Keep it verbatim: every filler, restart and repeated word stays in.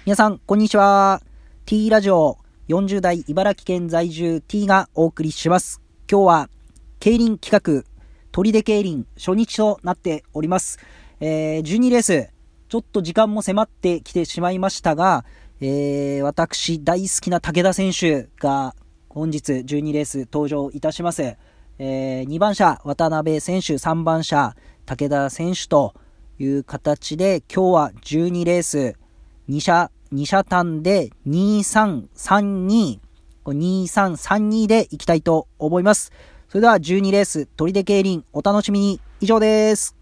皆さん、こんにちは。T ラジオよんじゅう代茨城県在住 T がお送りします。今日は、競輪企画、取手競輪初日となっております。えー、じゅうにレース、ちょっと時間も迫ってきてしまいましたが、えー、私大好きな武田選手が本日じゅうにレース登場いたします。えー、にばん車、渡辺選手、さんばん車、武田選手という形で、今日はじゅうにレース、2車、2車単でにさんさんに、にさんさんにでいきたいと思います。それではじゅうにレース、取手競輪お楽しみに。以上です。